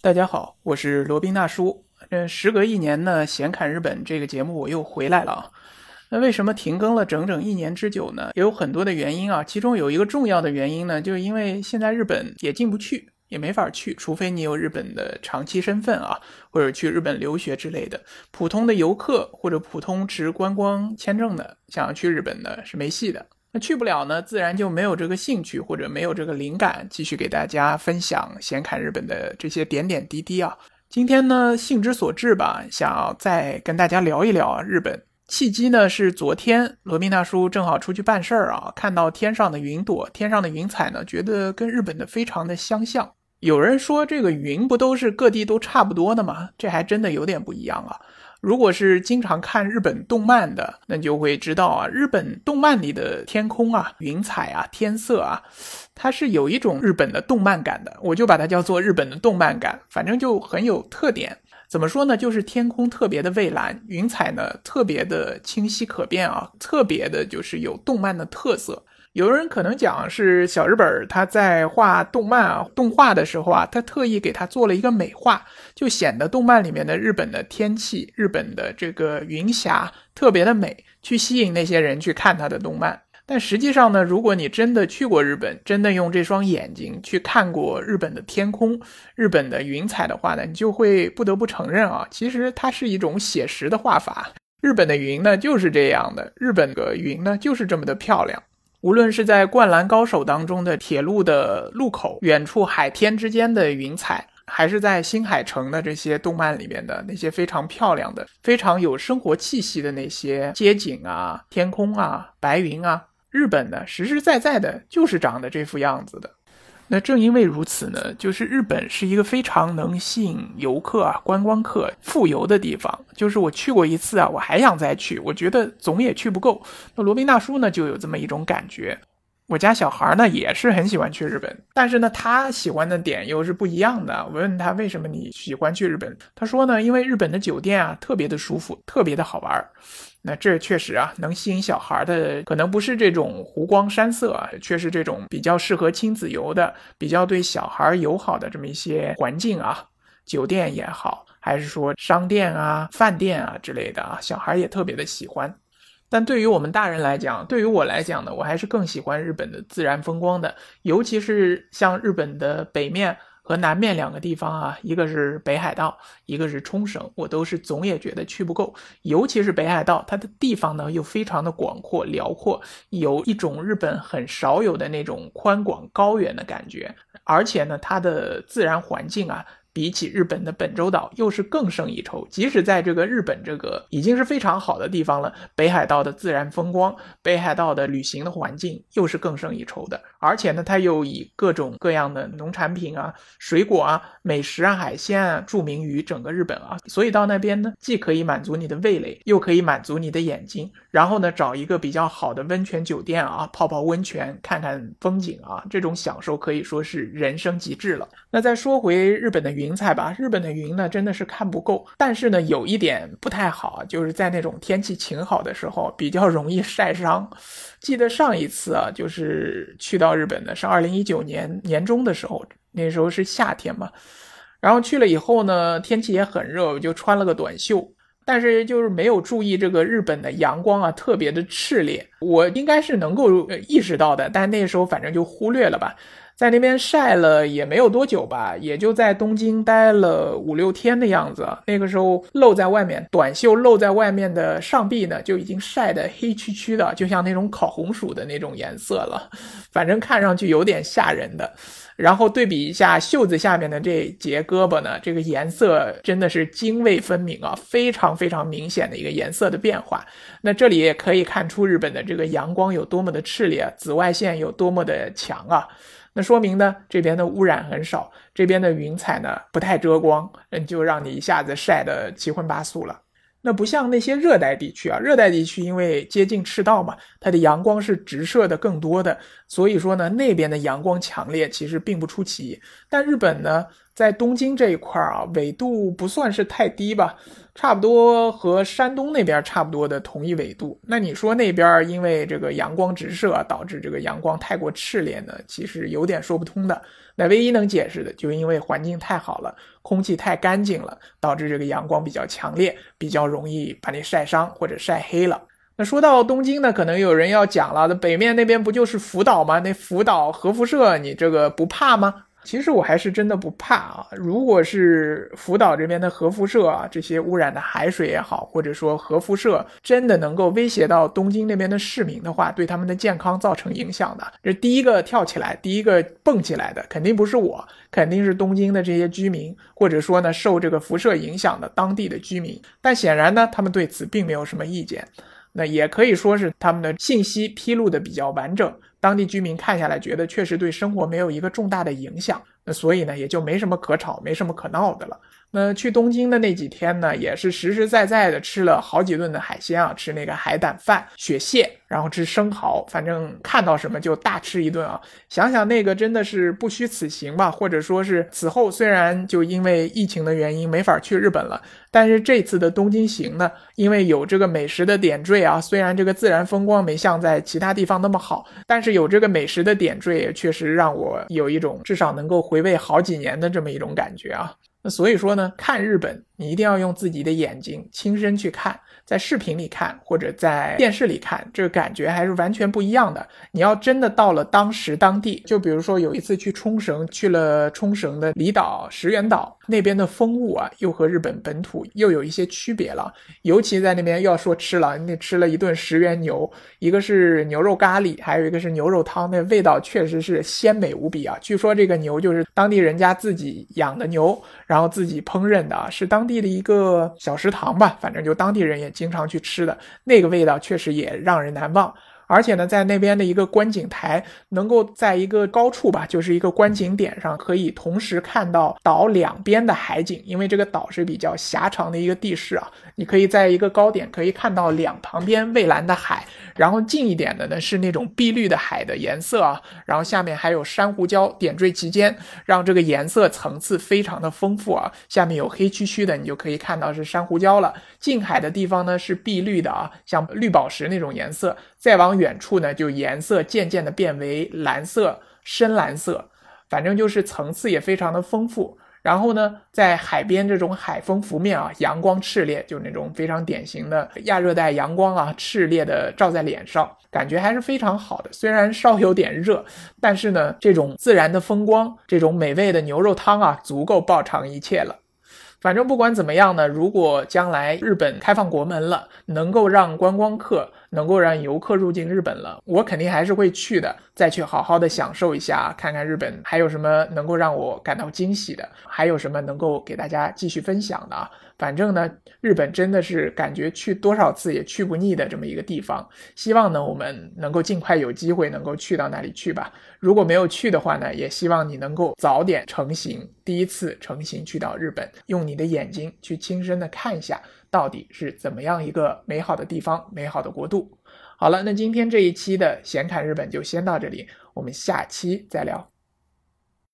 大家好，我是罗宾大叔。时隔一年呢，闲侃日本这个节目我又回来了啊。那为什么停更了整整一年之久呢？也有很多的原因啊，其中有一个重要的原因呢，就是因为现在日本也进不去，也没法去，除非你有日本的长期身份啊，或者去日本留学之类的。普通的游客或者普通持观光签证的，想要去日本的是没戏的。那去不了呢，自然就没有这个兴趣或者没有这个灵感继续给大家分享闲侃日本的这些点点滴滴啊。今天呢，兴之所至吧，想要再跟大家聊一聊日本。契机呢是昨天罗宾大叔正好出去办事儿啊，看到天上的云朵，天上的云彩呢，觉得跟日本的非常的相像。有人说这个云不都是各地都差不多的吗？这还真的有点不一样啊。如果是经常看日本动漫的，那就会知道啊，日本动漫里的天空啊、云彩啊、天色啊，它是有一种日本的动漫感的，我就把它叫做日本的动漫感，反正就很有特点。怎么说呢，就是天空特别的蔚蓝，云彩呢特别的清晰可辨啊，特别的就是有动漫的特色。有人可能讲是小日本他在画动漫啊、动画的时候啊，他特意给他做了一个美化，就显得动漫里面的日本的天气、日本的这个云霞特别的美，去吸引那些人去看他的动漫。但实际上呢，如果你真的去过日本，真的用这双眼睛去看过日本的天空、日本的云彩的话呢，你就会不得不承认啊，其实它是一种写实的画法。日本的云呢就是这样的，日本的云呢就是这么的漂亮。无论是在《灌篮高手》当中的铁路的路口，远处海天之间的云彩，还是在新海诚的这些动漫里面的那些非常漂亮的、非常有生活气息的那些街景啊、天空啊、白云啊，日本呢实实在在的就是长得这副样子的。那正因为如此呢，就是日本是一个非常能吸引游客啊、观光客富游的地方。就是我去过一次啊，我还想再去，我觉得总也去不够。那罗宾大叔呢就有这么一种感觉。我家小孩呢也是很喜欢去日本，但是呢他喜欢的点又是不一样的。我问他为什么你喜欢去日本，他说呢，因为日本的酒店啊特别的舒服，特别的好玩。那这确实啊，能吸引小孩的可能不是这种湖光山色啊，却是这种比较适合亲子游的、比较对小孩友好的这么一些环境啊，酒店也好，还是说商店啊、饭店啊之类的啊，小孩也特别的喜欢。但对于我们大人来讲，对于我来讲呢，我还是更喜欢日本的自然风光的，尤其是像日本的北面和南面两个地方啊，一个是北海道，一个是冲绳，我都是总也觉得去不够。尤其是北海道，它的地方呢又非常的广阔辽阔，有一种日本很少有的那种宽广高原的感觉，而且呢，它的自然环境啊，比起日本的本州岛又是更胜一筹。即使在这个日本这个已经是非常好的地方了，北海道的自然风光，北海道的旅行的环境又是更胜一筹的。而且呢，它又以各种各样的农产品啊、水果啊、美食啊、海鲜啊著名于整个日本啊，所以到那边呢，既可以满足你的味蕾，又可以满足你的眼睛。然后呢，找一个比较好的温泉酒店啊，泡泡温泉，看看风景啊，这种享受可以说是人生极致了。那再说回日本的云彩吧，日本的云呢真的是看不够，但是呢有一点不太好，就是在那种天气晴好的时候比较容易晒伤。记得上一次啊，就是去到日本的是2019年年中的时候，那时候是夏天嘛，然后去了以后呢，天气也很热，我就穿了个短袖。但是就是没有注意这个日本的阳光啊，特别的炽烈，我应该是能够意识到的，但那时候反正就忽略了吧。在那边晒了也没有多久吧，也就在东京待了5-6天的样子。那个时候露在外面，短袖露在外面的上臂呢，就已经晒得黑黢黢的，就像那种烤红薯的那种颜色了，反正看上去有点吓人的。然后对比一下袖子下面的这节胳膊呢，这个颜色真的是泾渭分明啊，非常非常明显的一个颜色的变化。那这里也可以看出日本的这个阳光有多么的炽烈，紫外线有多么的强啊。那说明呢，这边的污染很少，这边的云彩呢不太遮光，就让你一下子晒得七荤八素了。那不像那些热带地区啊，热带地区因为接近赤道嘛，它的阳光是直射的更多的，所以说呢，那边的阳光强烈其实并不出奇。但日本呢， 在东京这一块啊，纬度不算是太低吧，差不多和山东那边差不多的同一纬度。那你说那边因为这个阳光直射导致这个阳光太过炽烈呢，其实有点说不通的。那唯一能解释的就因为环境太好了，空气太干净了，导致这个阳光比较强烈，比较容易把你晒伤或者晒黑了。那说到东京呢，可能有人要讲了，北面那边不就是福岛吗？那福岛核辐射你这个不怕吗？其实我还是真的不怕啊。如果是福岛这边的核辐射啊，这些污染的海水也好，或者说核辐射真的能够威胁到东京那边的市民的话，对他们的健康造成影响的，这第一个跳起来，第一个蹦起来的肯定不是我，肯定是东京的这些居民，或者说呢受这个辐射影响的当地的居民。但显然呢，他们对此并没有什么意见。那也可以说是他们的信息披露的比较完整，当地居民看下来觉得确实对生活没有一个重大的影响，那所以呢也就没什么可吵没什么可闹的了。那去东京的那几天呢，也是实实在在的吃了好几顿的海鲜啊，吃那个海胆饭、雪蟹，然后吃生蚝，反正看到什么就大吃一顿啊。想想那个真的是不虚此行吧，或者说是此后虽然就因为疫情的原因没法去日本了，但是这次的东京行呢，因为有这个美食的点缀啊，虽然这个自然风光没像在其他地方那么好，但是有这个美食的点缀也确实让我有一种至少能够回味好几年的这么一种感觉啊。那所以说呢，看日本你一定要用自己的眼睛亲身去看，在视频里看或者在电视里看，这个感觉还是完全不一样的。你要真的到了当时当地，就比如说有一次去冲绳，去了冲绳的离岛石垣岛，那边的风物啊又和日本本土又有一些区别了。尤其在那边要说吃了，那吃了一顿石垣牛，一个是牛肉咖喱，还有一个是牛肉汤，那味道确实是鲜美无比啊。据说这个牛就是当地人家自己养的牛，然后自己烹饪的啊，是当地的一个小食堂吧，反正就当地人也经常去吃的，那个味道确实也让人难忘。而且呢，在那边的一个观景台，能够在一个高处吧，就是一个观景点上，可以同时看到岛两边的海景。因为这个岛是比较狭长的一个地势啊，你可以在一个高点可以看到两旁边蔚蓝的海，然后近一点的呢是那种碧绿的海的颜色啊，然后下面还有珊瑚礁点缀其间，让这个颜色层次非常的丰富啊。下面有黑黢黢的，你就可以看到是珊瑚礁了。近海的地方呢是碧绿的啊，像绿宝石那种颜色。再往远处呢，就颜色渐渐的变为蓝色、深蓝色，反正就是层次也非常的丰富。然后呢，在海边这种海风拂面啊，阳光炽烈，就那种非常典型的亚热带阳光啊，炽烈的照在脸上，感觉还是非常好的。虽然稍有点热，但是呢，这种自然的风光，这种美味的牛肉汤啊，足够报偿一切了。反正不管怎么样呢，如果将来日本开放国门了，能够让观光客，能够让游客入境日本了，我肯定还是会去的，再去好好的享受一下，看看日本还有什么能够让我感到惊喜的，还有什么能够给大家继续分享的啊。反正呢，日本真的是感觉去多少次也去不腻的这么一个地方，希望呢我们能够尽快有机会能够去到那里去吧。如果没有去的话呢，也希望你能够早点成行，第一次成行去到日本，用你的眼睛去亲身的看一下到底是怎么样一个美好的地方，美好的国度。好了，那今天这一期的闲侃日本就先到这里，我们下期再聊。